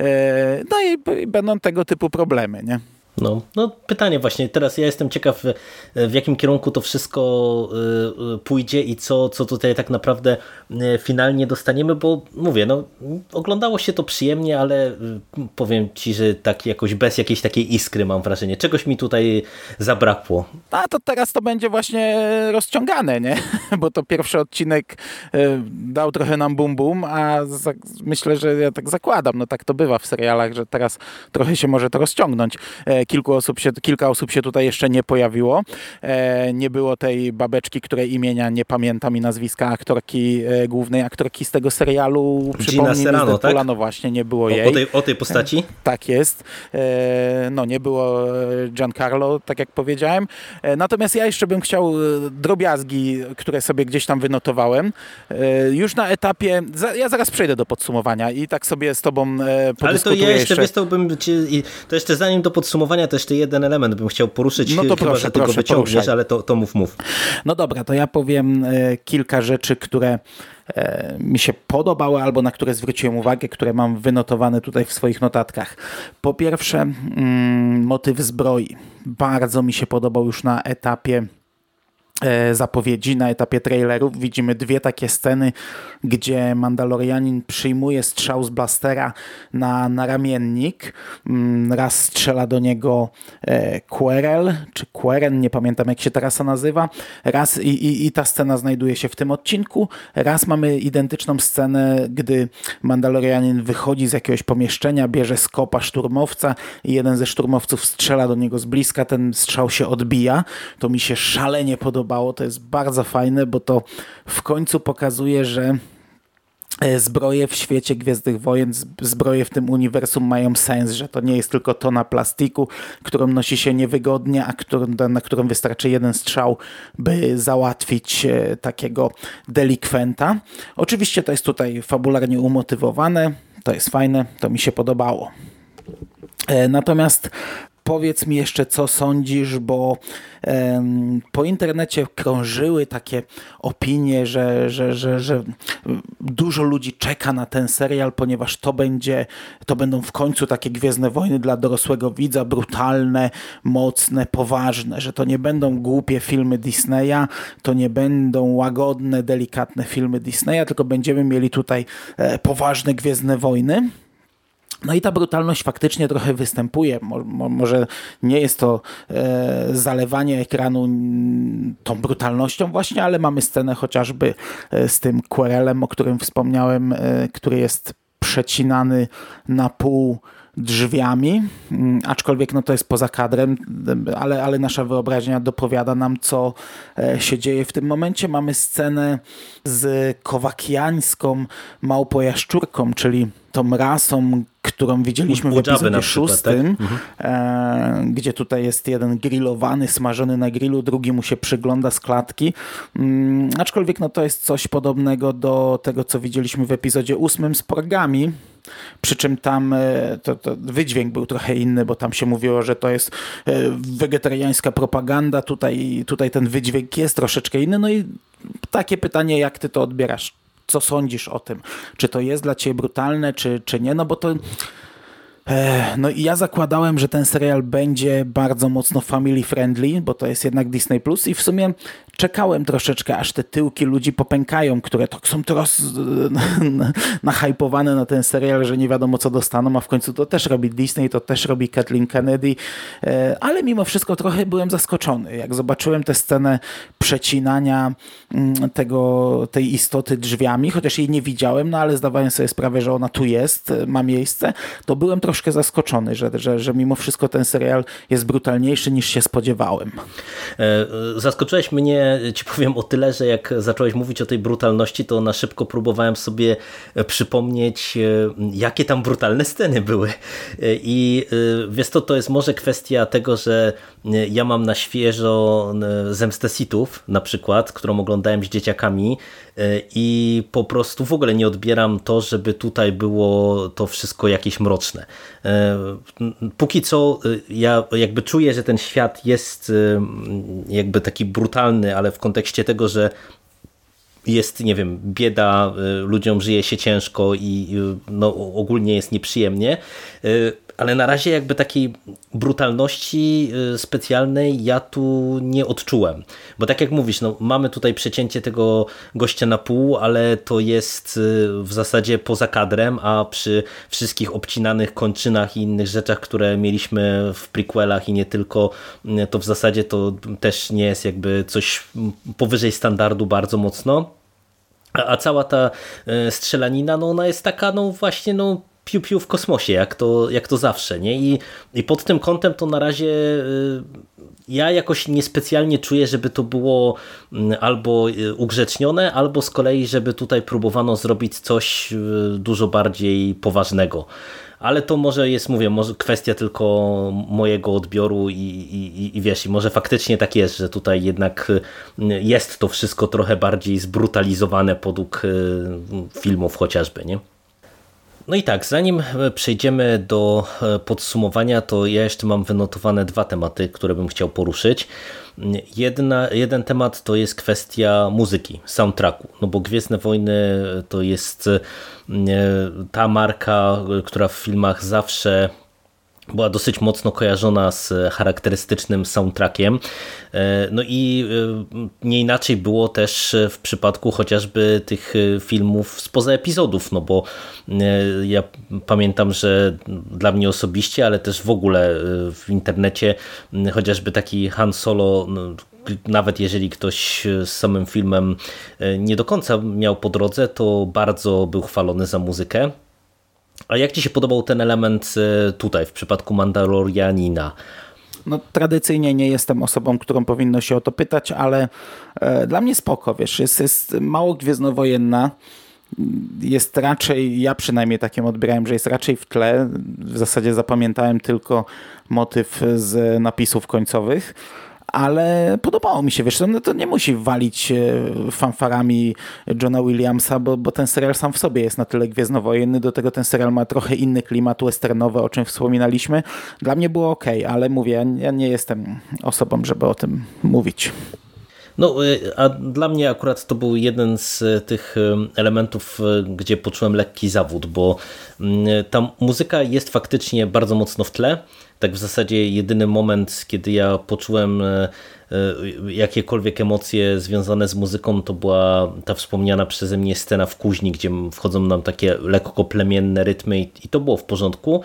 No i będą tego typu problemy, nie? No pytanie właśnie, teraz ja jestem ciekaw, w jakim kierunku to wszystko pójdzie i co tutaj tak naprawdę finalnie dostaniemy, bo mówię, no oglądało się to przyjemnie, ale powiem ci, że tak jakoś bez jakiejś takiej iskry mam wrażenie, czegoś mi tutaj zabrakło. A to teraz to będzie właśnie rozciągane, nie? Bo to pierwszy odcinek dał trochę nam bum, a myślę, że ja tak zakładam, no tak to bywa w serialach, że teraz trochę się może to rozciągnąć. Kilka osób się tutaj jeszcze nie pojawiło. Nie było tej babeczki, której imienia nie pamiętam i nazwiska głównej aktorki z tego serialu. Gina Serrano, tak? No właśnie, nie było jej. O tej postaci? Tak jest. No nie było Giancarlo, tak jak powiedziałem. Natomiast ja jeszcze bym chciał drobiazgi, które sobie gdzieś tam wynotowałem. Już na etapie, ja zaraz przejdę do podsumowania i tak sobie z tobą podyskutuję. Ale to ja jeszcze wystałbym, to jeszcze zanim do podsumowania, to jeszcze jeden element bym chciał poruszyć, no to chyba, proszę, że ty go wyciągniesz, poruszaj. ale to mów. No dobra, to ja powiem kilka rzeczy, które mi się podobały albo na które zwróciłem uwagę, które mam wynotowane tutaj w swoich notatkach. Po pierwsze, motyw zbroi. Bardzo mi się podobał już na etapie zapowiedzi, na etapie trailerów. Widzimy dwie takie sceny, gdzie Mandalorianin przyjmuje strzał z blastera na ramiennik. Raz strzela do niego Querel, czy Queren, nie pamiętam jak się ta rasa nazywa. Raz i ta scena znajduje się w tym odcinku. Raz mamy identyczną scenę, gdy Mandalorianin wychodzi z jakiegoś pomieszczenia, bierze skopa szturmowca i jeden ze szturmowców strzela do niego z bliska. Ten strzał się odbija. To mi się szalenie podobało. To jest bardzo fajne, bo to w końcu pokazuje, że zbroje w świecie Gwiezdnych Wojen, zbroje w tym uniwersum mają sens, że to nie jest tylko tona plastiku, którą nosi się niewygodnie, a na którą wystarczy jeden strzał, by załatwić takiego delikwenta. Oczywiście to jest tutaj fabularnie umotywowane, to jest fajne, to mi się podobało. Natomiast powiedz mi jeszcze, co sądzisz, bo po internecie krążyły takie opinie, że dużo ludzi czeka na ten serial, ponieważ to będą w końcu takie Gwiezdne Wojny dla dorosłego widza, brutalne, mocne, poważne, że to nie będą głupie filmy Disneya, to nie będą łagodne, delikatne filmy Disneya, tylko będziemy mieli tutaj poważne Gwiezdne Wojny. No i ta brutalność faktycznie trochę występuje. Może nie jest to zalewanie ekranu tą brutalnością właśnie, ale mamy scenę chociażby z tym Querelem, o którym wspomniałem, który jest przecinany na pół drzwiami, aczkolwiek no to jest poza kadrem, ale nasza wyobraźnia dopowiada nam, co się dzieje w tym momencie. Mamy scenę z kowakiańską małpojaszczurką, czyli tą rasą, którą widzieliśmy w U Jabby epizodzie na przykład, 6, tak? gdzie tutaj jest jeden grillowany, smażony na grillu, drugi mu się przygląda z klatki. Aczkolwiek no, to jest coś podobnego do tego, co widzieliśmy w epizodzie 8 z porgami. Przy czym tam to wydźwięk był trochę inny, bo tam się mówiło, że to jest wegetariańska propaganda. Tutaj ten wydźwięk jest troszeczkę inny. No i takie pytanie, jak ty to odbierasz? Co sądzisz o tym? Czy to jest dla ciebie brutalne, czy nie? No bo to... No i ja zakładałem, że ten serial będzie bardzo mocno family friendly, bo to jest jednak Disney Plus i w sumie czekałem troszeczkę, aż te tyłki ludzi popękają, które tak są teraz nahypowane na ten serial, że nie wiadomo co dostaną, a w końcu to też robi Disney, to też robi Kathleen Kennedy, ale mimo wszystko trochę byłem zaskoczony. Jak zobaczyłem tę scenę przecinania tej istoty drzwiami, chociaż jej nie widziałem, no ale zdawałem sobie sprawę, że ona tu jest, ma miejsce, to byłem troszkę zaskoczony, że mimo wszystko ten serial jest brutalniejszy niż się spodziewałem. Zaskoczyłeś mnie, ci powiem o tyle, że jak zacząłeś mówić o tej brutalności, to na szybko próbowałem sobie przypomnieć, jakie tam brutalne sceny były. I wiesz co, to jest może kwestia tego, że ja mam na świeżo Zemstę Sithów na przykład, którą oglądałem z dzieciakami i po prostu w ogóle nie odbieram to, żeby tutaj było to wszystko jakieś mroczne. Póki co ja jakby czuję, że ten świat jest jakby taki brutalny, ale w kontekście tego, że jest, nie wiem, bieda, ludziom żyje się ciężko i no, ogólnie jest nieprzyjemnie, ale na razie jakby takiej brutalności specjalnej ja tu nie odczułem. Bo tak jak mówisz, no, mamy tutaj przecięcie tego gościa na pół, ale to jest w zasadzie poza kadrem, a przy wszystkich obcinanych kończynach i innych rzeczach, które mieliśmy w prequelach i nie tylko, to w zasadzie to też nie jest jakby coś powyżej standardu bardzo mocno. A cała ta strzelanina, no ona jest taka, no właśnie, no piu-piu w kosmosie, jak to zawsze, nie? I pod tym kątem to na razie ja jakoś niespecjalnie czuję, żeby to było albo ugrzecznione, albo z kolei, żeby tutaj próbowano zrobić coś dużo bardziej poważnego. Ale to może jest, mówię, może kwestia tylko mojego odbioru i wiesz, i może faktycznie tak jest, że tutaj jednak jest to wszystko trochę bardziej zbrutalizowane podług filmów chociażby, nie? No i tak, zanim przejdziemy do podsumowania, to ja jeszcze mam wynotowane dwa tematy, które bym chciał poruszyć. Jeden temat to jest kwestia muzyki, soundtracku, no bo Gwiezdne Wojny to jest ta marka, która w filmach zawsze była dosyć mocno kojarzona z charakterystycznym soundtrackiem. No i nie inaczej było też w przypadku chociażby tych filmów spoza epizodów, no bo ja pamiętam, że dla mnie osobiście, ale też w ogóle w internecie chociażby taki Han Solo, nawet jeżeli ktoś z samym filmem nie do końca miał po drodze, to bardzo był chwalony za muzykę. A jak ci się podobał ten element tutaj, w przypadku Mandalorianina? No, tradycyjnie nie jestem osobą, którą powinno się o to pytać, ale dla mnie spoko, wiesz, jest mało gwiezdnowojenna, jest raczej, ja przynajmniej takim odbierałem, że jest raczej w tle, w zasadzie zapamiętałem tylko motyw z napisów końcowych, ale podobało mi się, wiesz, no to nie musi walić fanfarami Johna Williamsa, bo ten serial sam w sobie jest na tyle gwiezdnowojenny, do tego ten serial ma trochę inny klimat westernowy, o czym wspominaliśmy. Dla mnie było okej, ale mówię, ja nie jestem osobą, żeby o tym mówić. No, a dla mnie akurat to był jeden z tych elementów, gdzie poczułem lekki zawód, bo ta muzyka jest faktycznie bardzo mocno w tle. Tak w zasadzie jedyny moment, kiedy ja poczułem jakiekolwiek emocje związane z muzyką, to była ta wspomniana przeze mnie scena w kuźni, gdzie wchodzą nam takie lekko plemienne rytmy i to było w porządku.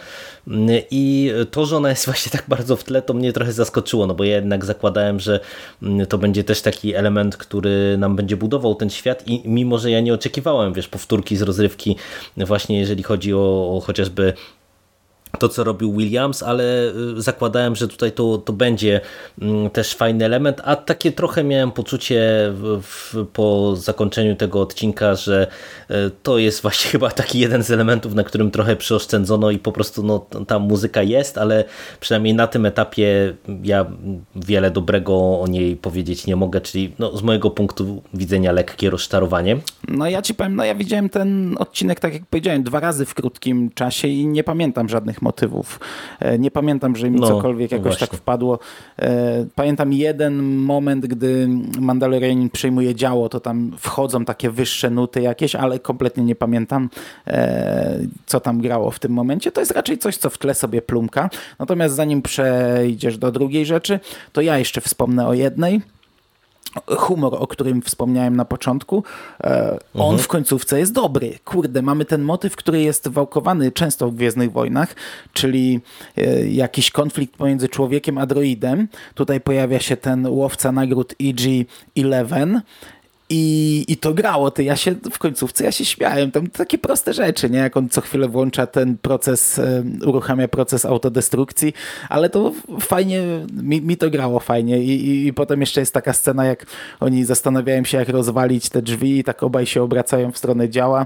I to, że ona jest właśnie tak bardzo w tle, to mnie trochę zaskoczyło, no bo ja jednak zakładałem, że to będzie też taki element, który nam będzie budował ten świat i mimo, że ja nie oczekiwałem, wiesz, powtórki z rozrywki właśnie jeżeli chodzi o chociażby to, co robił Williams, ale zakładałem, że tutaj to będzie też fajny element, a takie trochę miałem poczucie po zakończeniu tego odcinka, że to jest właśnie chyba taki jeden z elementów, na którym trochę przyoszczędzono i po prostu no, ta muzyka jest, ale przynajmniej na tym etapie ja wiele dobrego o niej powiedzieć nie mogę, czyli no, z mojego punktu widzenia lekkie rozczarowanie. No ja ci powiem, ja widziałem ten odcinek, tak jak powiedziałem, 2 razy w krótkim czasie i nie pamiętam żadnych motywów. Nie pamiętam, że mi cokolwiek jakoś tak wpadło. Pamiętam jeden moment, gdy Mandalorianin przejmuje działo, to tam wchodzą takie wyższe nuty jakieś, ale kompletnie nie pamiętam, co tam grało w tym momencie. To jest raczej coś, co w tle sobie plumka. Natomiast zanim przejdziesz do drugiej rzeczy, to ja jeszcze wspomnę o jednej. Humor, o którym wspomniałem na początku, on w końcówce jest dobry. Kurde, mamy ten motyw, który jest wałkowany często w Gwiezdnych Wojnach, czyli jakiś konflikt pomiędzy człowiekiem a droidem. Tutaj pojawia się ten łowca nagród EG-11 i to grało, w końcówce ja się śmiałem, tam takie proste rzeczy, nie? Jak on co chwilę włącza ten proces, uruchamia proces autodestrukcji, ale to fajnie, mi to grało fajnie i potem jeszcze jest taka scena, jak oni zastanawiają się, jak rozwalić te drzwi i tak obaj się obracają w stronę działa.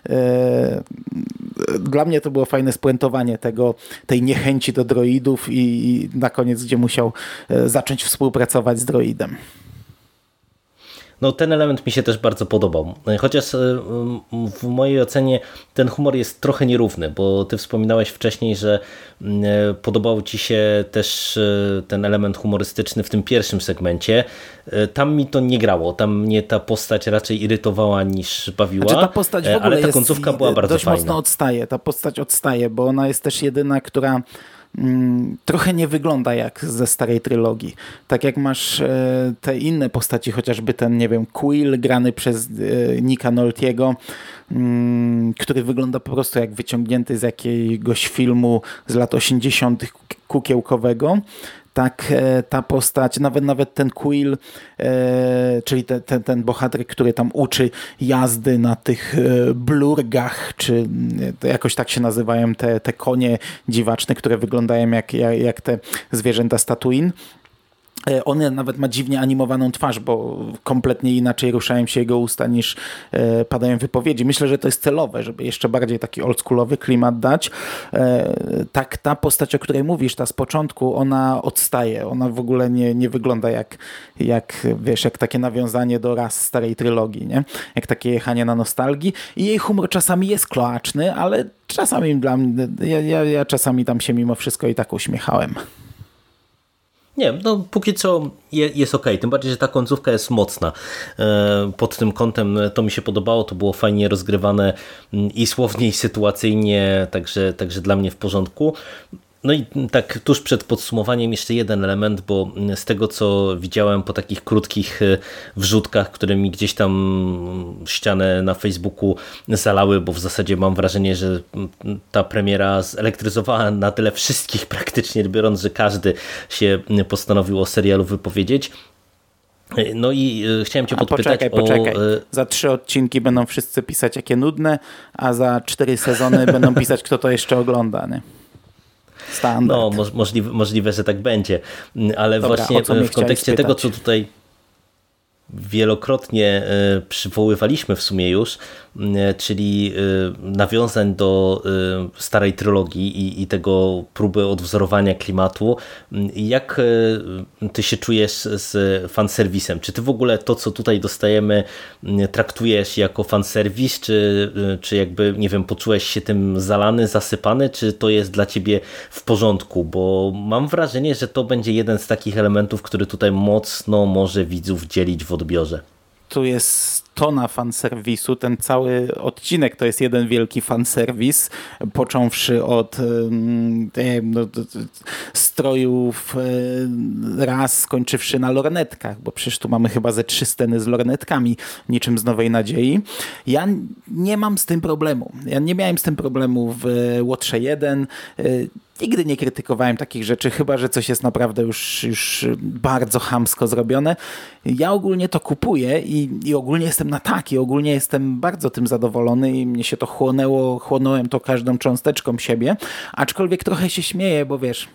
Dla mnie to było fajne spuentowanie tej niechęci do droidów i na koniec, gdzie musiał zacząć współpracować z droidem. No ten element mi się też bardzo podobał, chociaż w mojej ocenie ten humor jest trochę nierówny, bo ty wspominałeś wcześniej, że podobał ci się też ten element humorystyczny w tym pierwszym segmencie. Tam mi to nie grało, tam mnie ta postać raczej irytowała niż bawiła, ta postać w ogóle ale ta końcówka była bardzo dość fajna. Mocno odstaje, ta postać odstaje, bo ona jest też jedyna, która trochę nie wygląda jak ze starej trylogii. Tak jak masz te inne postaci, chociażby ten, nie wiem, Quill grany przez Nicka Noltiego, który wygląda po prostu jak wyciągnięty z jakiegoś filmu z lat 80. kukiełkowego. Tak ta postać, nawet ten Quill, czyli ten bohater, który tam uczy jazdy na tych blurgach, czy jakoś tak się nazywają te konie dziwaczne, które wyglądają jak te zwierzęta z Tatooine. On nawet ma dziwnie animowaną twarz, bo kompletnie inaczej ruszają się jego usta niż padają wypowiedzi. Myślę, że to jest celowe, żeby jeszcze bardziej taki oldschoolowy klimat dać. Tak ta postać, o której mówisz, ta z początku, ona odstaje. Ona w ogóle nie wygląda jak takie nawiązanie do raz starej trylogii, nie? Jak takie jechanie na nostalgii. I jej humor czasami jest kloaczny, ale czasami dla mnie, ja czasami tam się mimo wszystko i tak uśmiechałem. Nie, no póki co jest okej, tym bardziej, że ta końcówka jest mocna. Pod tym kątem to mi się podobało, to było fajnie rozgrywane i słownie, i sytuacyjnie, także dla mnie w porządku. No i tak tuż przed podsumowaniem jeszcze jeden element, bo z tego co widziałem po takich krótkich wrzutkach, które mi gdzieś tam ścianę na Facebooku zalały, bo w zasadzie mam wrażenie, że ta premiera zelektryzowała na tyle wszystkich praktycznie, biorąc, że każdy się postanowił o serialu wypowiedzieć. No i chciałem cię podpytać poczekaj. Za 3 odcinki będą wszyscy pisać jakie nudne, a za 4 sezony będą pisać kto to jeszcze ogląda, nie? Standard. No, możliwe, że tak będzie, ale dobra, właśnie w kontekście tego, co tutaj wielokrotnie przywoływaliśmy w sumie już, czyli nawiązań do starej trylogii i tego próby odwzorowania klimatu. Jak ty się czujesz z fanserwisem? Czy ty w ogóle to, co tutaj dostajemy, traktujesz jako fanserwis, czy jakby, nie wiem, poczułeś się tym zalany, zasypany, czy to jest dla ciebie w porządku? Bo mam wrażenie, że to będzie jeden z takich elementów, który tutaj mocno może widzów dzielić w odbiorze. Tu jest tona fanserwisu, ten cały odcinek to jest jeden wielki fanserwis, począwszy od strojów raz, skończywszy na lornetkach, bo przecież tu mamy chyba ze 3 sceny z lornetkami, niczym z Nowej Nadziei. Ja nie mam z tym problemu. Ja nie miałem z tym problemu w Łotrze 1. nigdy nie krytykowałem takich rzeczy, chyba że coś jest naprawdę już bardzo chamsko zrobione. Ja ogólnie to kupuję i ogólnie jestem na tak, i ogólnie jestem bardzo tym zadowolony i mnie się to chłonąłem to każdą cząsteczką siebie, aczkolwiek trochę się śmieję, bo wiesz...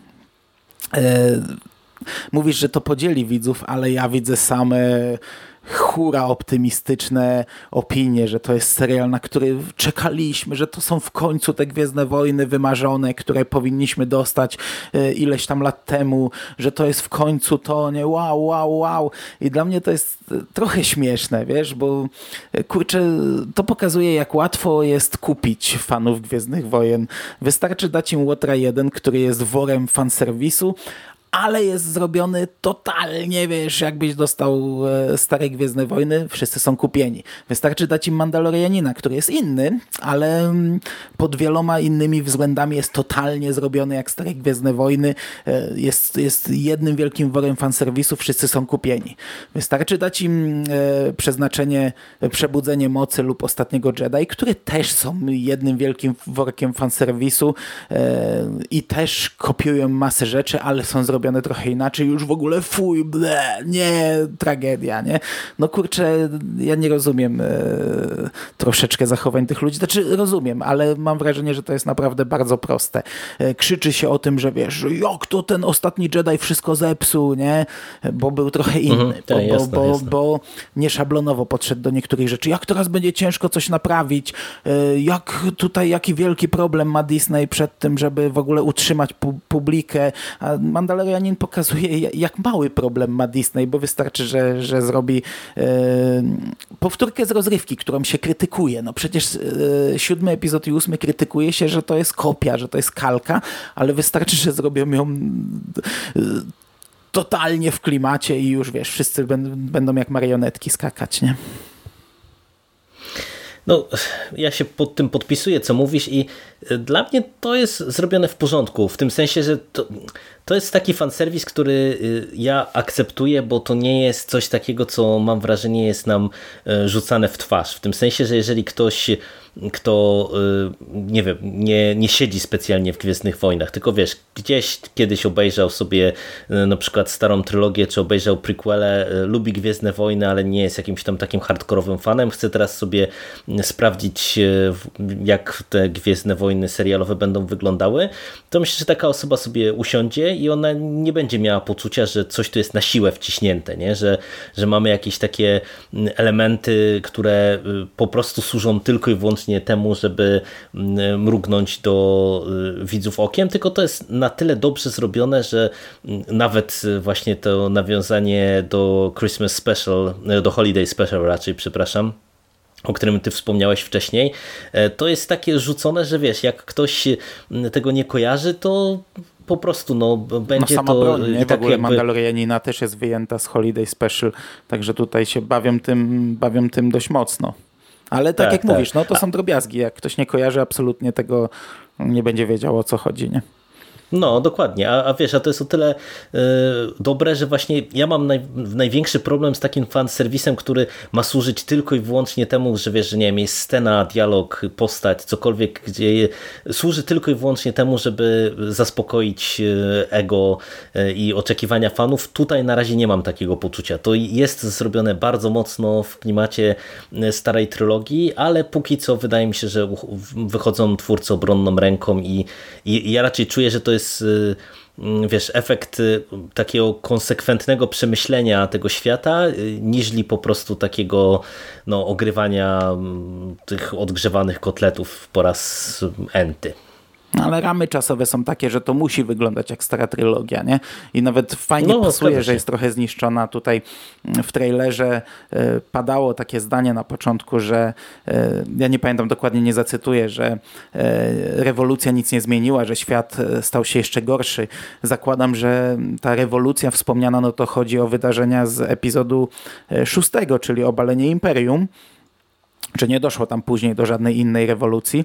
Mówisz, że to podzieli widzów, ale ja widzę same hura optymistyczne opinie, że to jest serial, na który czekaliśmy, że to są w końcu te Gwiezdne Wojny wymarzone, które powinniśmy dostać ileś tam lat temu, że to jest w końcu to, nie, wow, wow, wow. I dla mnie to jest trochę śmieszne, wiesz, bo kurczę, to pokazuje, jak łatwo jest kupić fanów Gwiezdnych Wojen. Wystarczy dać im Łotra 1, który jest worem fanserwisu, ale jest zrobiony totalnie, wiesz, jakbyś dostał stare Gwiezdne Wojny, wszyscy są kupieni. Wystarczy dać im Mandalorianina, który jest inny, ale pod wieloma innymi względami jest totalnie zrobiony jak stare Gwiezdne Wojny. Jest jednym wielkim worem fanserwisu, wszyscy są kupieni. Wystarczy dać im przeznaczenie, Przebudzenie Mocy lub Ostatniego Jedi, które też są jednym wielkim workiem fanserwisu i też kopiują masę rzeczy, ale są zrobione trochę inaczej, już w ogóle fuj, ble, nie, tragedia, nie? No kurczę, ja nie rozumiem troszeczkę zachowań tych ludzi, znaczy rozumiem, ale mam wrażenie, że to jest naprawdę bardzo proste. Krzyczy się o tym, że wiesz, jak to ten Ostatni Jedi wszystko zepsuł, nie? Bo był trochę inny, bo nie szablonowo podszedł do niektórych rzeczy. Jak teraz będzie ciężko coś naprawić? Jak tutaj, jaki wielki problem ma Disney przed tym, żeby w ogóle utrzymać publikę? A Mandalorianin pokazuje, jak mały problem ma Disney, bo wystarczy, że zrobi powtórkę z rozrywki, którą się krytykuje. No przecież 7 epizod i 8 krytykuje się, że to jest kopia, że to jest kalka, ale wystarczy, że zrobią ją totalnie w klimacie i już wiesz, wszyscy będą jak marionetki skakać, nie? No, ja się pod tym podpisuję, co mówisz i dla mnie to jest zrobione w porządku, w tym sensie, że to jest taki fanserwis, który ja akceptuję, bo to nie jest coś takiego, co mam wrażenie jest nam rzucane w twarz. W tym sensie, że jeżeli ktoś, kto nie wiem, nie siedzi specjalnie w Gwiezdnych Wojnach, tylko wiesz, gdzieś kiedyś obejrzał sobie na przykład starą trylogię, czy obejrzał prequele, lubi Gwiezdne Wojny, ale nie jest jakimś tam takim hardkorowym fanem, chce teraz sobie sprawdzić, jak te Gwiezdne Wojny serialowe będą wyglądały, to myślę, że taka osoba sobie usiądzie i ona nie będzie miała poczucia, że coś tu jest na siłę wciśnięte, nie? Że mamy jakieś takie elementy, które po prostu służą tylko i wyłącznie temu, żeby mrugnąć do widzów okiem, tylko to jest na tyle dobrze zrobione, że nawet właśnie to nawiązanie do Christmas Special, do Holiday Special raczej, przepraszam, o którym ty wspomniałeś wcześniej, to jest takie rzucone, że wiesz, jak ktoś tego nie kojarzy, to po prostu będzie sama to... broń, nie? I tak w ogóle jakby... Mandalorianina też jest wyjęta z Holiday Special, także tutaj się bawią tym dość mocno. Ale tak jak mówisz, no to są drobiazgi. Jak ktoś nie kojarzy, absolutnie tego nie będzie wiedział, o co chodzi, nie? No, dokładnie. A wiesz, a to jest o tyle dobre, że właśnie ja mam największy problem z takim fanserwisem, który ma służyć tylko i wyłącznie temu, że wiesz, że nie wiem, jest scena, dialog, postać, cokolwiek, gdzie służy tylko i wyłącznie temu, żeby zaspokoić ego i oczekiwania fanów. Tutaj na razie nie mam takiego poczucia. To jest zrobione bardzo mocno w klimacie starej trylogii, ale póki co wydaje mi się, że wychodzą twórcy obronną ręką i ja raczej czuję, że to jest wiesz, efekt takiego konsekwentnego przemyślenia tego świata, niżli po prostu takiego ogrywania tych odgrzewanych kotletów po raz enty. Ale ramy czasowe są takie, że to musi wyglądać jak stara trylogia, nie? I nawet fajnie pasuje, że jest trochę zniszczona. Tutaj w trailerze padało takie zdanie na początku, że ja nie pamiętam dokładnie, nie zacytuję, że rewolucja nic nie zmieniła, że świat stał się jeszcze gorszy. Zakładam, że ta rewolucja wspomniana, no to chodzi o wydarzenia z epizodu 6, czyli obalenie Imperium. Czy nie doszło tam później do żadnej innej rewolucji.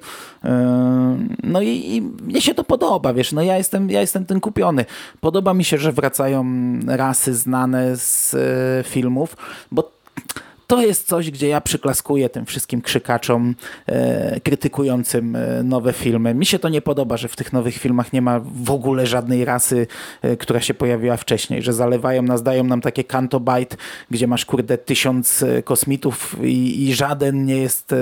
No i mnie się to podoba, wiesz, no ja jestem tym kupiony. Podoba mi się, że wracają rasy znane z filmów, bo to jest coś, gdzie ja przyklaskuję tym wszystkim krzykaczom krytykującym nowe filmy. Mi się to nie podoba, że w tych nowych filmach nie ma w ogóle żadnej rasy, która się pojawiła wcześniej, że zalewają nas, dają nam takie Canto Bight, gdzie masz 1000 kosmitów i żaden nie jest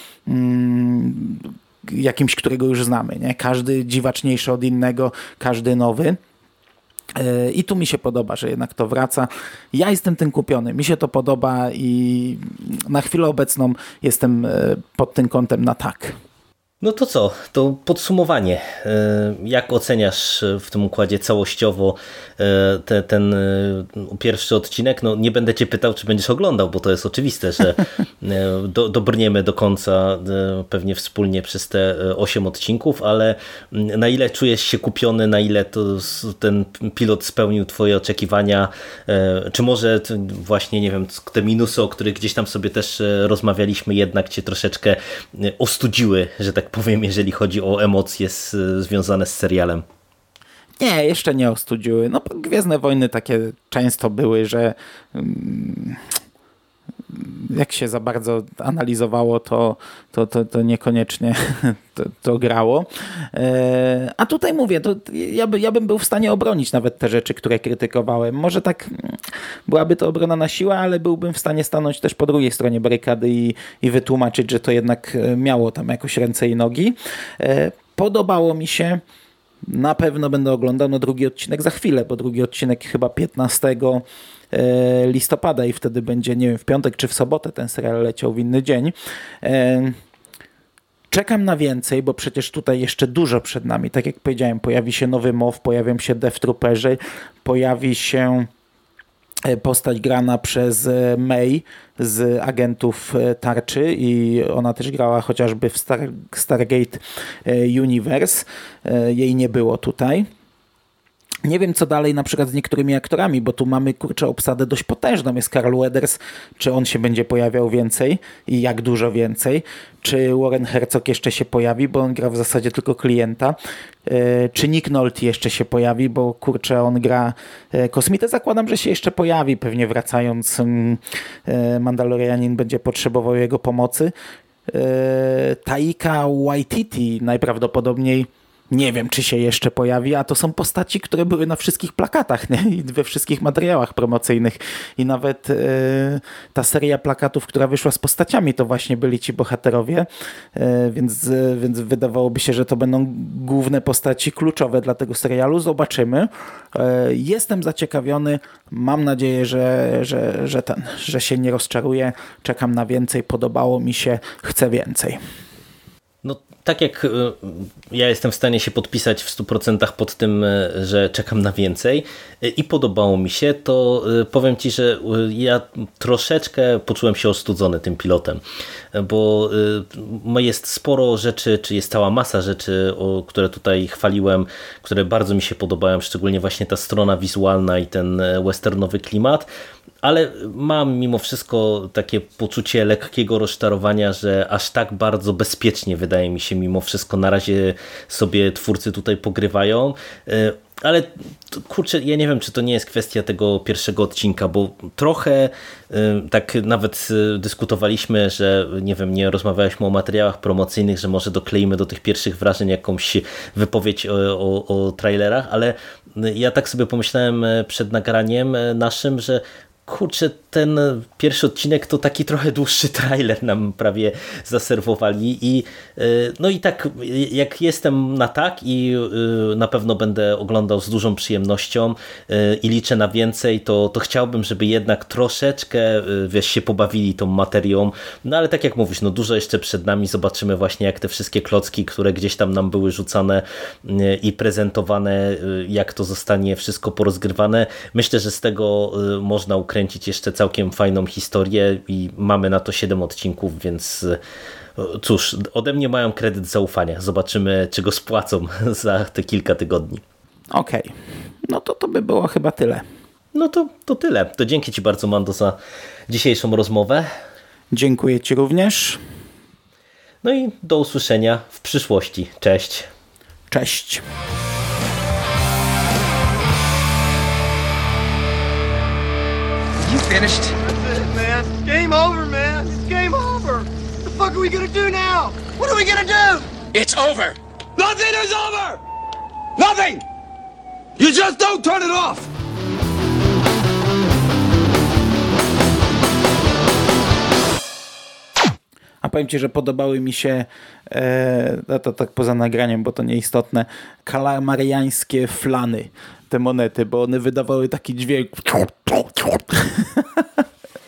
jakimś, którego już znamy. Nie? Każdy dziwaczniejszy od innego, każdy nowy. I tu mi się podoba, że jednak to wraca. Ja jestem tym kupiony. Mi się to podoba i na chwilę obecną jestem pod tym kątem na tak. No to co? To podsumowanie. Jak oceniasz w tym układzie całościowo ten pierwszy odcinek? No nie będę cię pytał, czy będziesz oglądał, bo to jest oczywiste, że dobrniemy do końca pewnie wspólnie przez te 8 odcinków, ale na ile czujesz się kupiony, na ile ten pilot spełnił twoje oczekiwania, czy może właśnie, nie wiem, te minusy, o których gdzieś tam sobie też rozmawialiśmy, jednak cię troszeczkę ostudziły, że tak powiem, jeżeli chodzi o emocje związane z serialem? Nie, jeszcze nie ostudziły. No, Gwiezdne Wojny takie często były, że jak się za bardzo analizowało, to niekoniecznie to grało. A tutaj mówię, to ja bym był w stanie obronić nawet te rzeczy, które krytykowałem. Może tak byłaby to obrona na siłę, ale byłbym w stanie stanąć też po drugiej stronie barykady i wytłumaczyć, że to jednak miało tam jakoś ręce i nogi. Podobało mi się. Na pewno będę oglądał drugi odcinek za chwilę, bo drugi odcinek chyba 15 listopada i wtedy będzie, nie wiem, w piątek czy w sobotę ten serial leciał w inny dzień. Czekam na więcej, bo przecież tutaj jeszcze dużo przed nami. Tak jak powiedziałem, pojawi się nowy MOW, pojawią się Death Trooperzy, pojawi się postać grana przez May z Agentów Tarczy i ona też grała chociażby w Stargate Universe. Jej nie było tutaj. Nie wiem, co dalej na przykład z niektórymi aktorami, bo tu mamy, obsadę dość potężną. Jest Carl Weathers, czy on się będzie pojawiał więcej i jak dużo więcej? Czy Warren Herzog jeszcze się pojawi, bo on gra w zasadzie tylko klienta? Czy Nick Nolte jeszcze się pojawi, bo on gra kosmitę? Zakładam, że się jeszcze pojawi, pewnie wracając Mandalorianin będzie potrzebował jego pomocy. Taika Waititi najprawdopodobniej nie wiem, czy się jeszcze pojawi, a to są postaci, które były na wszystkich plakatach, nie? I we wszystkich materiałach promocyjnych. I nawet ta seria plakatów, która wyszła z postaciami, to właśnie byli ci bohaterowie, więc wydawałoby się, że to będą główne postaci kluczowe dla tego serialu. Zobaczymy. Jestem zaciekawiony. Mam nadzieję, że się nie rozczaruję. Czekam na więcej. Podobało mi się. Chcę więcej. No tak jak ja jestem w stanie się podpisać w 100% pod tym, że czekam na więcej i podobało mi się, to powiem Ci, że ja troszeczkę poczułem się ostudzony tym pilotem, bo jest sporo rzeczy, czy jest cała masa rzeczy, które tutaj chwaliłem, które bardzo mi się podobają, szczególnie właśnie ta strona wizualna i ten westernowy klimat, ale mam mimo wszystko takie poczucie lekkiego rozczarowania, że aż tak bardzo bezpiecznie, wydaje mi się, mimo wszystko na razie sobie twórcy tutaj pogrywają. Ale kurczę, ja nie wiem, czy to nie jest kwestia tego pierwszego odcinka, bo trochę tak nawet dyskutowaliśmy, że nie wiem, nie rozmawialiśmy o materiałach promocyjnych, że może dokleimy do tych pierwszych wrażeń jakąś wypowiedź o trailerach, ale ja tak sobie pomyślałem przed nagraniem naszym, że kurczę, ten pierwszy odcinek to taki trochę dłuższy trailer nam prawie zaserwowali i no i tak jak jestem na tak i na pewno będę oglądał z dużą przyjemnością i liczę na więcej, to chciałbym, żeby jednak troszeczkę się pobawili tą materią, no ale tak jak mówisz, no dużo jeszcze przed nami, zobaczymy właśnie jak te wszystkie klocki, które gdzieś tam nam były rzucane i prezentowane, jak to zostanie wszystko porozgrywane. Myślę, że z tego można ukręcić jeszcze całkiem fajną historię i mamy na to 7 odcinków, więc cóż, ode mnie mają kredyt zaufania. Zobaczymy, czy go spłacą za te kilka tygodni. Okej. No to by było chyba tyle. No to tyle. To dzięki Ci bardzo, Mando, za dzisiejszą rozmowę. Dziękuję Ci również. No i do usłyszenia w przyszłości. Cześć. Cześć. You finished? That's it, man. Game game over, man. It's game over. What the fuck are we gonna do now? What are we gonna do? It's over. Nothing is over. Nothing. You just don't turn it off. A powiem Ci, że podobały mi się, to tak poza nagraniem, bo to nieistotne, kalamariańskie flany, te monety, bo one wydawały taki dźwięk.